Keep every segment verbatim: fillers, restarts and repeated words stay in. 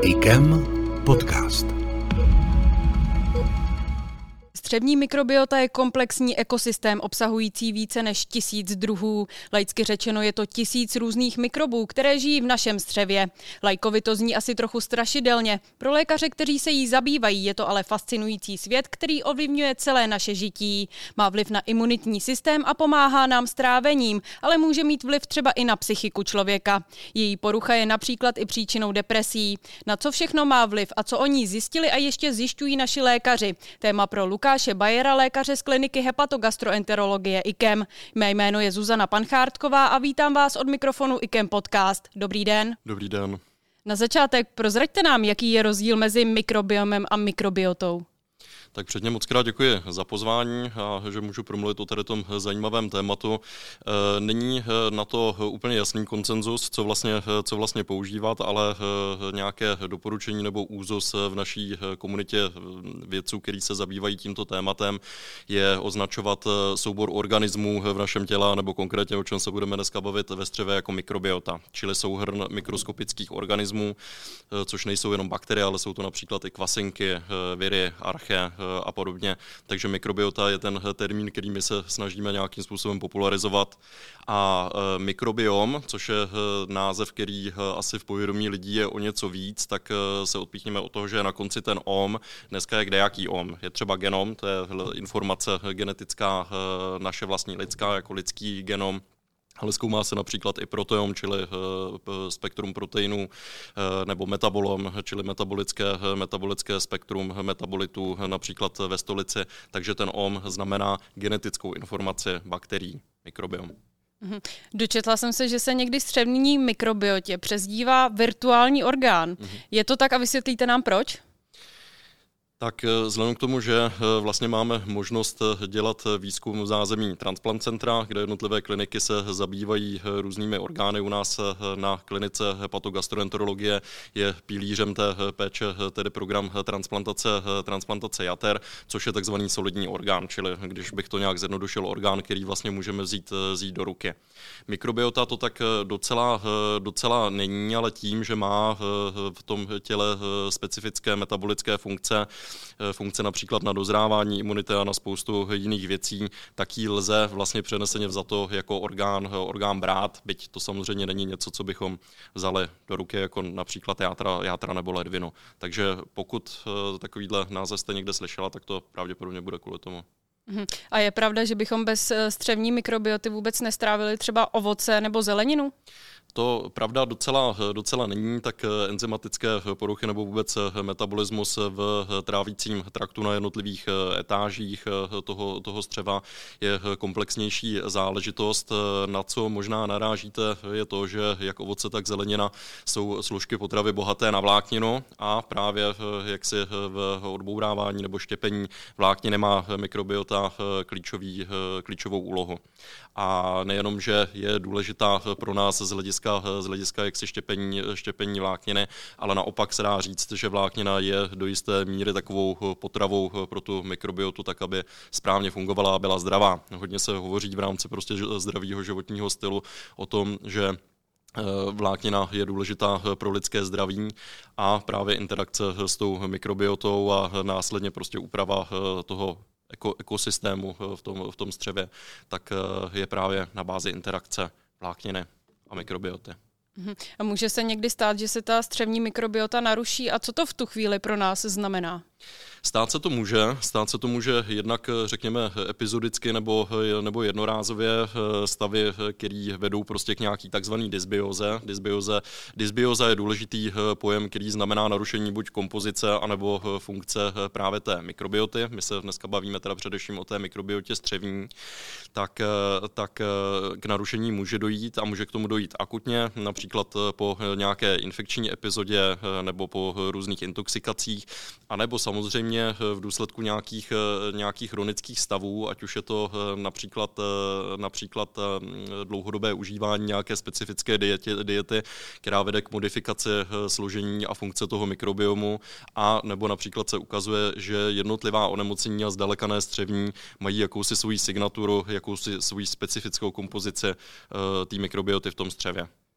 IKEM podcast. Střevní mikrobiota je komplexní ekosystém obsahující více než tisíc druhů. Laicky řečeno je to tisíc různých mikrobů, které žijí v našem střevě. Laikovi to zní asi trochu strašidelně. Pro lékaře, kteří se jí zabývají, je to ale fascinující svět, který ovlivňuje celé naše žití. Má vliv na imunitní systém a pomáhá nám s trávením, ale může mít vliv třeba i na psychiku člověka. Její porucha je například i příčinou depresí. Na co všechno má vliv a co o ní zjistili a ještě zjišťují naši lékaři? Téma pro Lukáše Bajera, lékaře z kliniky hepatogastroenterologie IKEM. Mé jméno je Zuzana Panchártková a vítám vás od mikrofonu IKEM podcast. Dobrý den. Dobrý den. Na začátek prozraďte nám, jaký je rozdíl mezi mikrobiomem a mikrobiotou. Tak předně moc krát děkuji za pozvání a že můžu promluvit o tady tom zajímavém tématu. Není na to úplně jasný konsenzus, co vlastně, co vlastně používat, ale nějaké doporučení nebo úzus v naší komunitě vědců, kteří se zabývají tímto tématem, je označovat soubor organismů v našem těle, nebo konkrétně o čem se budeme dneska bavit ve střevě, jako mikrobiota, čili souhrn mikroskopických organismů, což nejsou jenom bakterie, ale jsou to například i kvasinky, viry, arche a podobně. Takže mikrobiota je ten termín, který my se snažíme nějakým způsobem popularizovat. A mikrobiom, což je název, který asi v povědomí lidí je o něco víc, tak se odpíchneme od toho, že je na konci ten om. Dneska je kdejaký om. Je třeba genom, to je informace genetická naše vlastní lidská, jako lidský genom. Ale zkoumá se například i proteom, čili spektrum proteinů, nebo metabolom, čili metabolické, metabolické spektrum metabolitů, například ve stolici. Takže ten om znamená genetickou informaci bakterií, mikrobiom. Dočetla jsem se, že se někdy střevní mikrobiotě přezdívá virtuální orgán. Je to tak a vysvětlíte nám proč? Tak vzhledem k tomu, že vlastně máme možnost dělat výzkum v zázemí Transplant Centra, kde jednotlivé kliniky se zabývají různými orgány. U nás na klinice hepatogastroenterologie je pilířem té péče, tedy program transplantace, transplantace jater, což je takzvaný solidní orgán, čili když bych to nějak zjednodušil, orgán, který vlastně můžeme vzít, vzít do ruky. Mikrobiota to tak docela, docela není, ale tím, že má v tom těle specifické metabolické funkce, funkce například na dozrávání imunity a na spoustu jiných věcí, tak ji lze vlastně přeneseně vzato jako orgán, orgán brát, byť to samozřejmě není něco, co bychom vzali do ruky, jako například játra, játra nebo ledvinu. Takže pokud takovýhle název jste někde slyšela, tak to pravděpodobně bude kvůli tomu. A je pravda, že bychom bez střevní mikrobioty vůbec nestrávili třeba ovoce nebo zeleninu? To pravda docela, docela není, tak enzymatické poruchy nebo vůbec metabolismus v trávícím traktu na jednotlivých etážích toho, toho střeva je komplexnější záležitost. Na co možná narážíte, je to, že jak ovoce, tak zelenina jsou složky potravy bohaté na vlákninu a právě jaksi v odbourávání nebo štěpení vlákniny má mikrobiota klíčový, klíčovou úlohu. A nejenom, že je důležitá pro nás z hlediska z hlediska jaksi štěpení, štěpení vlákniny, ale naopak se dá říct, že vláknina je do jisté míry takovou potravou pro tu mikrobiotu, tak aby správně fungovala a byla zdravá. Hodně se hovoří v rámci prostě zdravého životního stylu o tom, že vláknina je důležitá pro lidské zdraví a právě interakce s tou mikrobiotou a následně prostě úprava toho eko, ekosystému v tom, v tom střevě, tak je právě na bázi interakce vlákniny a mikrobioty. A může se někdy stát, že se ta střevní mikrobiota naruší a co to v tu chvíli pro nás znamená? Stát se to může, stát se to může jednak, řekněme, epizodicky nebo, nebo jednorázově stavy, které vedou prostě k nějaký takzvaný dysbioze. Dysbioze. Dysbioza je důležitý pojem, který znamená narušení buď kompozice, anebo funkce právě té mikrobioty. My se dneska bavíme teda především o té mikrobiotě střevní. Tak, tak k narušení může dojít a může k tomu dojít akutně, například po nějaké infekční epizodě nebo po různých intoxikacích, anebo samozřejmě v důsledku nějakých, nějakých chronických stavů, ať už je to například, například dlouhodobé užívání nějaké specifické diety, diety, která vede k modifikaci složení a funkce toho mikrobiomu, a nebo například se ukazuje, že jednotlivá onemocnění a zdaleka ne střevní mají jakousi svoji signaturu, jakousi svoji specifickou kompozici té mikrobioty v tom střevě.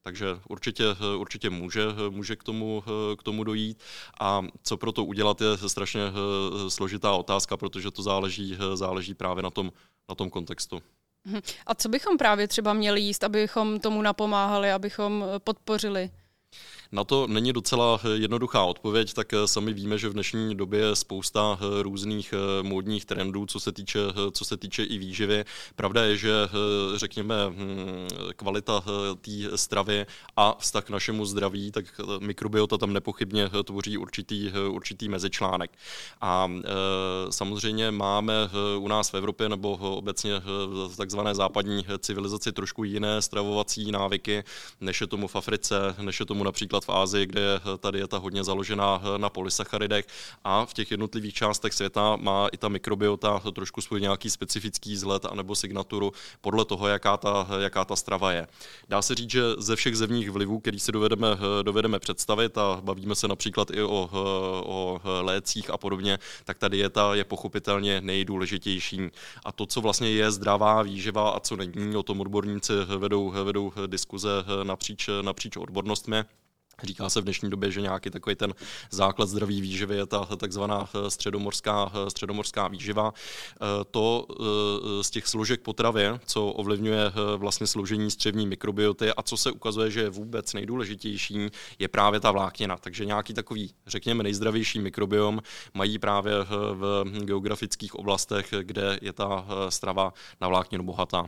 Takže určitě, určitě může, může k tomu, k tomu dojít. A co pro to udělat, je strašně složitá otázka, protože to záleží, záleží právě na tom, na tom kontextu. A co bychom právě třeba měli jíst, abychom tomu napomáhali, abychom podpořili? Na to není docela jednoduchá odpověď, tak sami víme, že v dnešní době je spousta různých módních trendů, co se týče, co se týče i výživy. Pravda je, že řekněme kvalita té stravy a vztah k našemu zdraví, tak mikrobiota tam nepochybně tvoří určitý, určitý mezičlánek. A samozřejmě máme u nás v Evropě nebo obecně v takzvané západní civilizaci trošku jiné stravovací návyky, než je tomu v Africe, než je tomu například v Asii, kde je ta dieta hodně založená na polysacharidech, a v těch jednotlivých částech světa má i ta mikrobiota trošku svůj nějaký specifický vzhled anebo signaturu podle toho, jaká ta, jaká ta strava je. Dá se říct, že ze všech zevních vlivů, který si dovedeme, dovedeme představit, a bavíme se například i o, o lécích a podobně, tak ta dieta je pochopitelně nejdůležitější. A to, co vlastně je zdravá výživa a co není, o tom odborníci vedou, vedou diskuze napříč, napříč odbornostmi. Říká se v dnešní době, že nějaký takový ten základ zdraví výživy je ta takzvaná středomořská, středomořská výživa. To z těch složek potravy, co ovlivňuje vlastně složení střevní mikrobioty a co se ukazuje, že je vůbec nejdůležitější, je právě ta vláknina. Takže nějaký takový, řekněme, nejzdravější mikrobiom mají právě v geografických oblastech, kde je ta strava na vlákninu bohatá.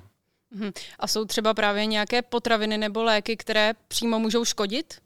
A jsou třeba právě nějaké potraviny nebo léky, které přímo můžou škodit?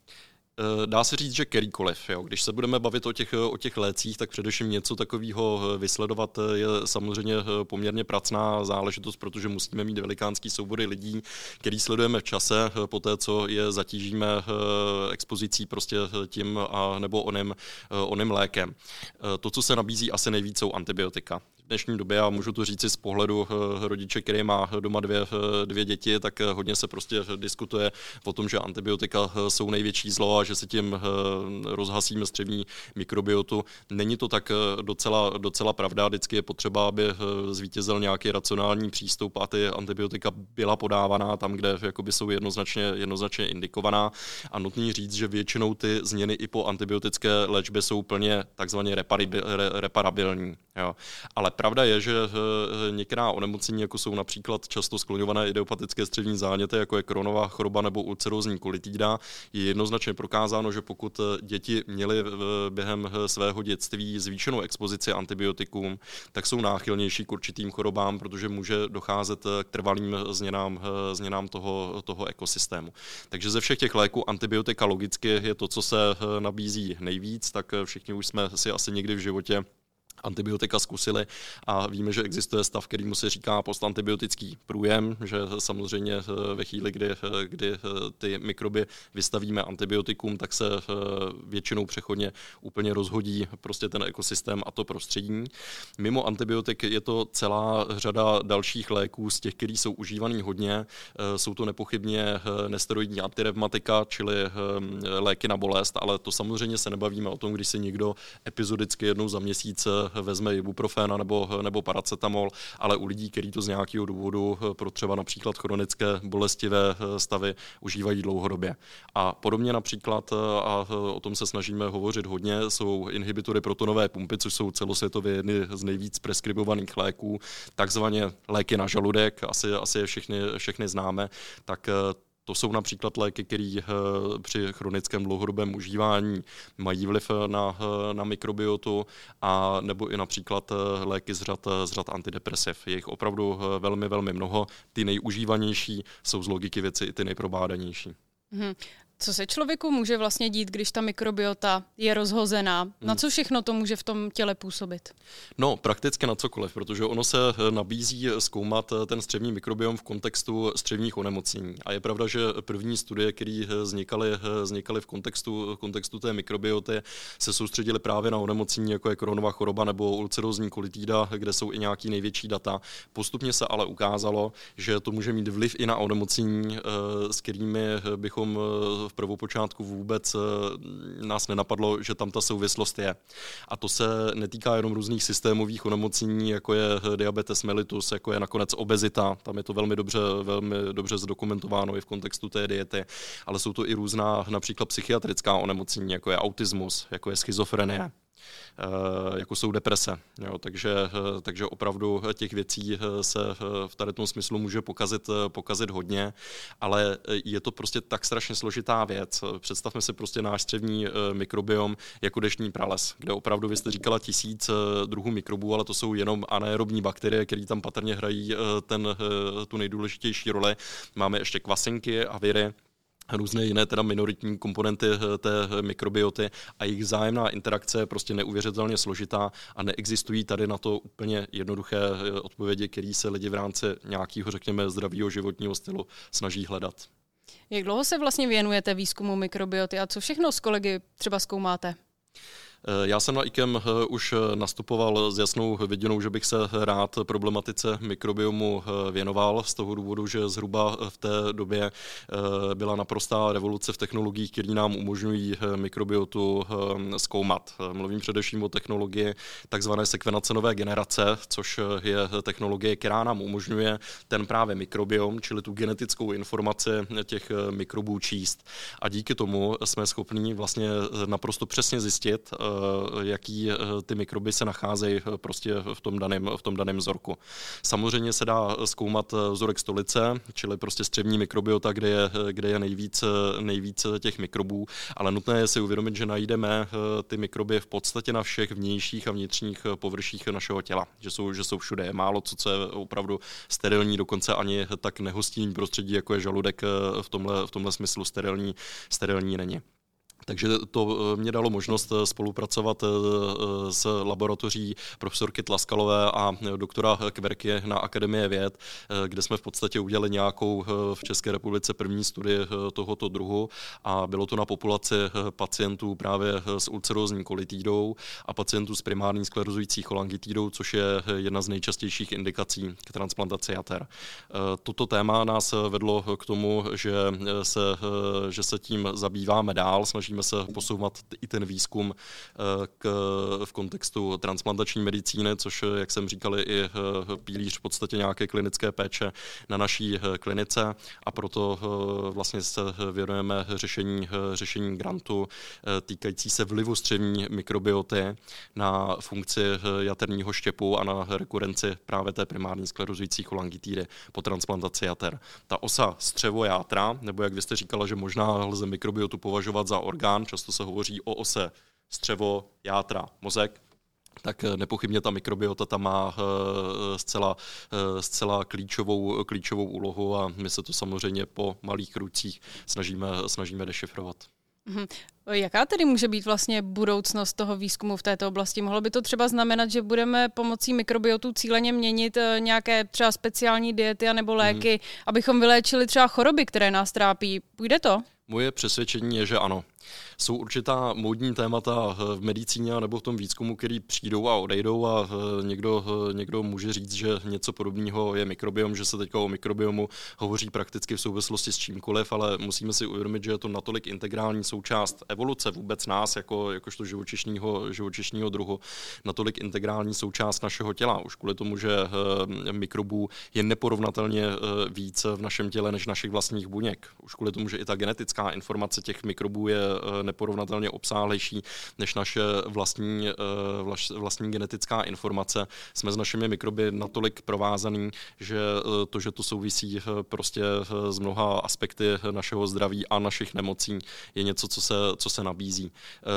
Dá se říct, že kterýkoliv. Jo. Když se budeme bavit o těch, o těch lécích, tak především něco takového vysledovat je samozřejmě poměrně pracná záležitost, protože musíme mít velikánský soubory lidí, který sledujeme v čase, po té, co je zatížíme expozicí prostě tím a nebo onem, onem lékem. To, co se nabízí asi nejvíc, jsou antibiotika. V dnešní době, a můžu to říci z pohledu rodiče, který má doma dvě, dvě děti, tak hodně se prostě diskutuje o tom, že antibiotika jsou největší zlo a že se tím rozhasíme střevní mikrobiotu. Není to tak docela, docela pravda, vždycky je potřeba, aby zvítězil nějaký racionální přístup a ty antibiotika byla podávaná tam, kde jakoby jsou jednoznačně, jednoznačně indikovaná. A nutný říct, že většinou ty změny i po antibiotické léčbě jsou plně takzvaně reparabilní. Jo. Ale pravda je, že některá onemocnění, jako jsou například často skloňované idiopatické střevní záněty, jako je Crohnova choroba nebo ulcerózní kolitída, je jednoznačně prokázáno, že pokud děti měly během svého dětství zvýšenou expozici antibiotikům, tak jsou náchylnější k určitým chorobám, protože může docházet k trvalým změnám, změnám toho, toho ekosystému. Takže ze všech těch léků antibiotika logicky je to, co se nabízí nejvíc, tak všichni už jsme si asi někdy v životě antibiotika zkusili a víme, že existuje stav, kterýmu se říká postantibiotický průjem, že samozřejmě ve chvíli, kdy, kdy ty mikroby vystavíme antibiotikum, tak se většinou přechodně úplně rozhodí prostě ten ekosystém a to prostředí. Mimo antibiotik je to celá řada dalších léků, z těch, který jsou užívaný hodně. Jsou to nepochybně nesteroidní antirevmatika, čili léky na bolest, ale to samozřejmě se nebavíme o tom, když si někdo epizodicky jednou za měsíc vezme ibuprofén nebo, nebo paracetamol, ale u lidí, kteří to z nějakého důvodu pro třeba například chronické bolestivé stavy užívají dlouhodobě. A podobně například, a o tom se snažíme hovořit hodně, jsou inhibitory protonové pumpy, což jsou celosvětově jedny z nejvíc preskribovaných léků, takzvaně léky na žaludek, asi, asi je všechny, všechny známe, tak to jsou například léky, které při chronickém dlouhodobém užívání mají vliv na, na mikrobiotu, a nebo i například léky z řad, z řad antidepresiv. Je jich opravdu velmi, velmi mnoho. Ty nejužívanější jsou z logiky věci i ty nejprobádanější. Hmm. Co se člověku může vlastně dít, když ta mikrobiota je rozhozená? Na co všechno to může v tom těle působit? No, prakticky na cokoliv, protože ono se nabízí zkoumat ten střevní mikrobiom v kontextu střevních onemocnění. A je pravda, že první studie, které vznikaly, vznikaly v kontextu, kontextu té mikrobioty, se soustředily právě na onemocnění, jako je Crohnova choroba nebo ulcerózní kolitída, kde jsou i nějaký největší data. Postupně se ale ukázalo, že to může mít vliv i na onemocnění, s kterými bychom v prvopočátku vůbec nás nenapadlo, že tam ta souvislost je. A to se netýká jenom různých systémových onemocnění, jako je diabetes mellitus, jako je nakonec obezita, tam je to velmi dobře, velmi dobře zdokumentováno i v kontextu té diety, ale jsou to i různá například psychiatrická onemocnění, jako je autismus, jako je schizofrenie, jako jsou deprese. Jo, takže, takže opravdu těch věcí se v tady tom smyslu může pokazit, pokazit hodně, ale je to prostě tak strašně složitá věc. Představme si prostě náš střevní mikrobiom jako deštný prales, kde opravdu, vy jste říkala, tisíc druhů mikrobů, ale to jsou jenom anaerobní bakterie, které tam patrně hrají ten, tu nejdůležitější roli. Máme ještě kvasinky a viry, různé jiné teda minoritní komponenty té mikrobioty a jejich vzájemná interakce je prostě neuvěřitelně složitá a neexistují tady na to úplně jednoduché odpovědi, které se lidi v rámci nějakého, řekněme, zdravého životního stylu snaží hledat. Jak dlouho se vlastně věnujete výzkumu mikrobioty a co všechno s kolegy třeba zkoumáte? Já jsem na I K E M už nastupoval s jasnou viděnou, že bych se rád problematice mikrobiomu věnoval, z toho důvodu, že zhruba v té době byla naprostá revoluce v technologiích, které nám umožňují mikrobiotu zkoumat. Mluvím především o technologii takzvané sekvenace nové generace, což je technologie, která nám umožňuje ten právě mikrobiom, čili tu genetickou informaci těch mikrobů číst. A díky tomu jsme schopni vlastně naprosto přesně zjistit, jaký ty mikroby se nacházejí prostě v tom daném, v tom daném vzorku. Samozřejmě se dá zkoumat vzorek stolice, čili prostě střevní mikrobiota, kde je, kde je nejvíc, nejvíc těch mikrobů, ale nutné je si uvědomit, že najdeme ty mikroby v podstatě na všech vnějších a vnitřních površích našeho těla, že jsou, že jsou všude. Je málo co, co je opravdu sterilní, dokonce ani tak nehostinní prostředí, jako je žaludek, v tomhle, v tomhle smyslu sterilní, sterilní není. Takže to mě dalo možnost spolupracovat s laboratoří profesorky Tlaskalové a doktora Kverky na Akademii věd, kde jsme v podstatě udělali nějakou v České republice první studii tohoto druhu a bylo to na populaci pacientů právě s ulcerózní kolitidou a pacientů s primární sklerozující cholangitidou, což je jedna z nejčastějších indikací k transplantaci jater. Toto téma nás vedlo k tomu, že se, že se tím zabýváme dál, snažíme se posouvat i ten výzkum k, v kontextu transplantační medicíny, což, jak jsem říkal, je i pilíř v podstatě nějaké klinické péče na naší klinice a proto vlastně se věnujeme řešení, řešení grantu týkající se vlivu střevní mikrobioty na funkci jaterního štěpu a na rekurenci právě té primární sklerozující cholangitidy po transplantaci jater. Ta osa střevo-játra, nebo jak vy jste říkala, že možná lze mikrobiotu považovat za orgán, často se hovoří o ose střevo, játra, mozek, tak nepochybně ta mikrobiota tam má zcela, zcela klíčovou, klíčovou úlohu a my se to samozřejmě po malých krucích snažíme, snažíme dešifrovat. Mhm. Jaká tedy může být vlastně budoucnost toho výzkumu v této oblasti? Mohlo by to třeba znamenat, že budeme pomocí mikrobiotu cíleně měnit nějaké třeba speciální diety nebo léky, hmm. abychom vyléčili třeba choroby, které nás trápí? Půjde to? Moje přesvědčení je, že ano. Jsou určitá módní témata v medicíně nebo v tom výzkumu, který přijdou a odejdou a někdo, někdo může říct, že něco podobného je mikrobiom, že se teďka o mikrobiomu hovoří prakticky v souvislosti s čímkoliv, ale musíme si uvědomit, že je to natolik integrální součást evoluce vůbec nás, jako, jakožto živočišního, živočišního druhu, natolik integrální součást našeho těla. Už kvůli tomu, že mikrobů je neporovnatelně víc v našem těle než našich vlastních buněk. Už kvůli tomu, že i ta genetická informace těch mikrobů je neporovnatelně obsáhlejší než naše vlastní, vlastní genetická informace. Jsme s našimi mikroby natolik provázaný, že to, že to souvisí prostě s mnoha aspekty našeho zdraví a našich nemocí, je něco, co se, co se nabízí.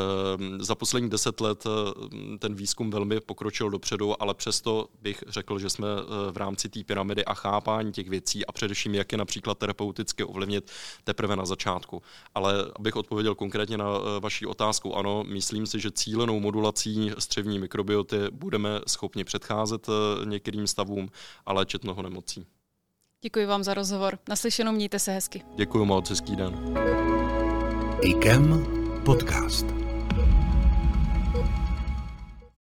Za poslední deset let ten výzkum velmi pokročil dopředu, ale přesto bych řekl, že jsme v rámci té pyramidy a chápání těch věcí a především, jak je například terapeuticky ovlivnit, teprve na začátku. Ale abych odpověděl konkrétně na vaši otázku, ano, myslím si, že cílenou modulací střevní mikrobioty budeme schopni předcházet některým stavům a léčit mnoho nemocí. Děkuji vám za rozhovor. Naslyšenou, mějte se hezky. Děkuji moc, hezký den. I K E M podcast.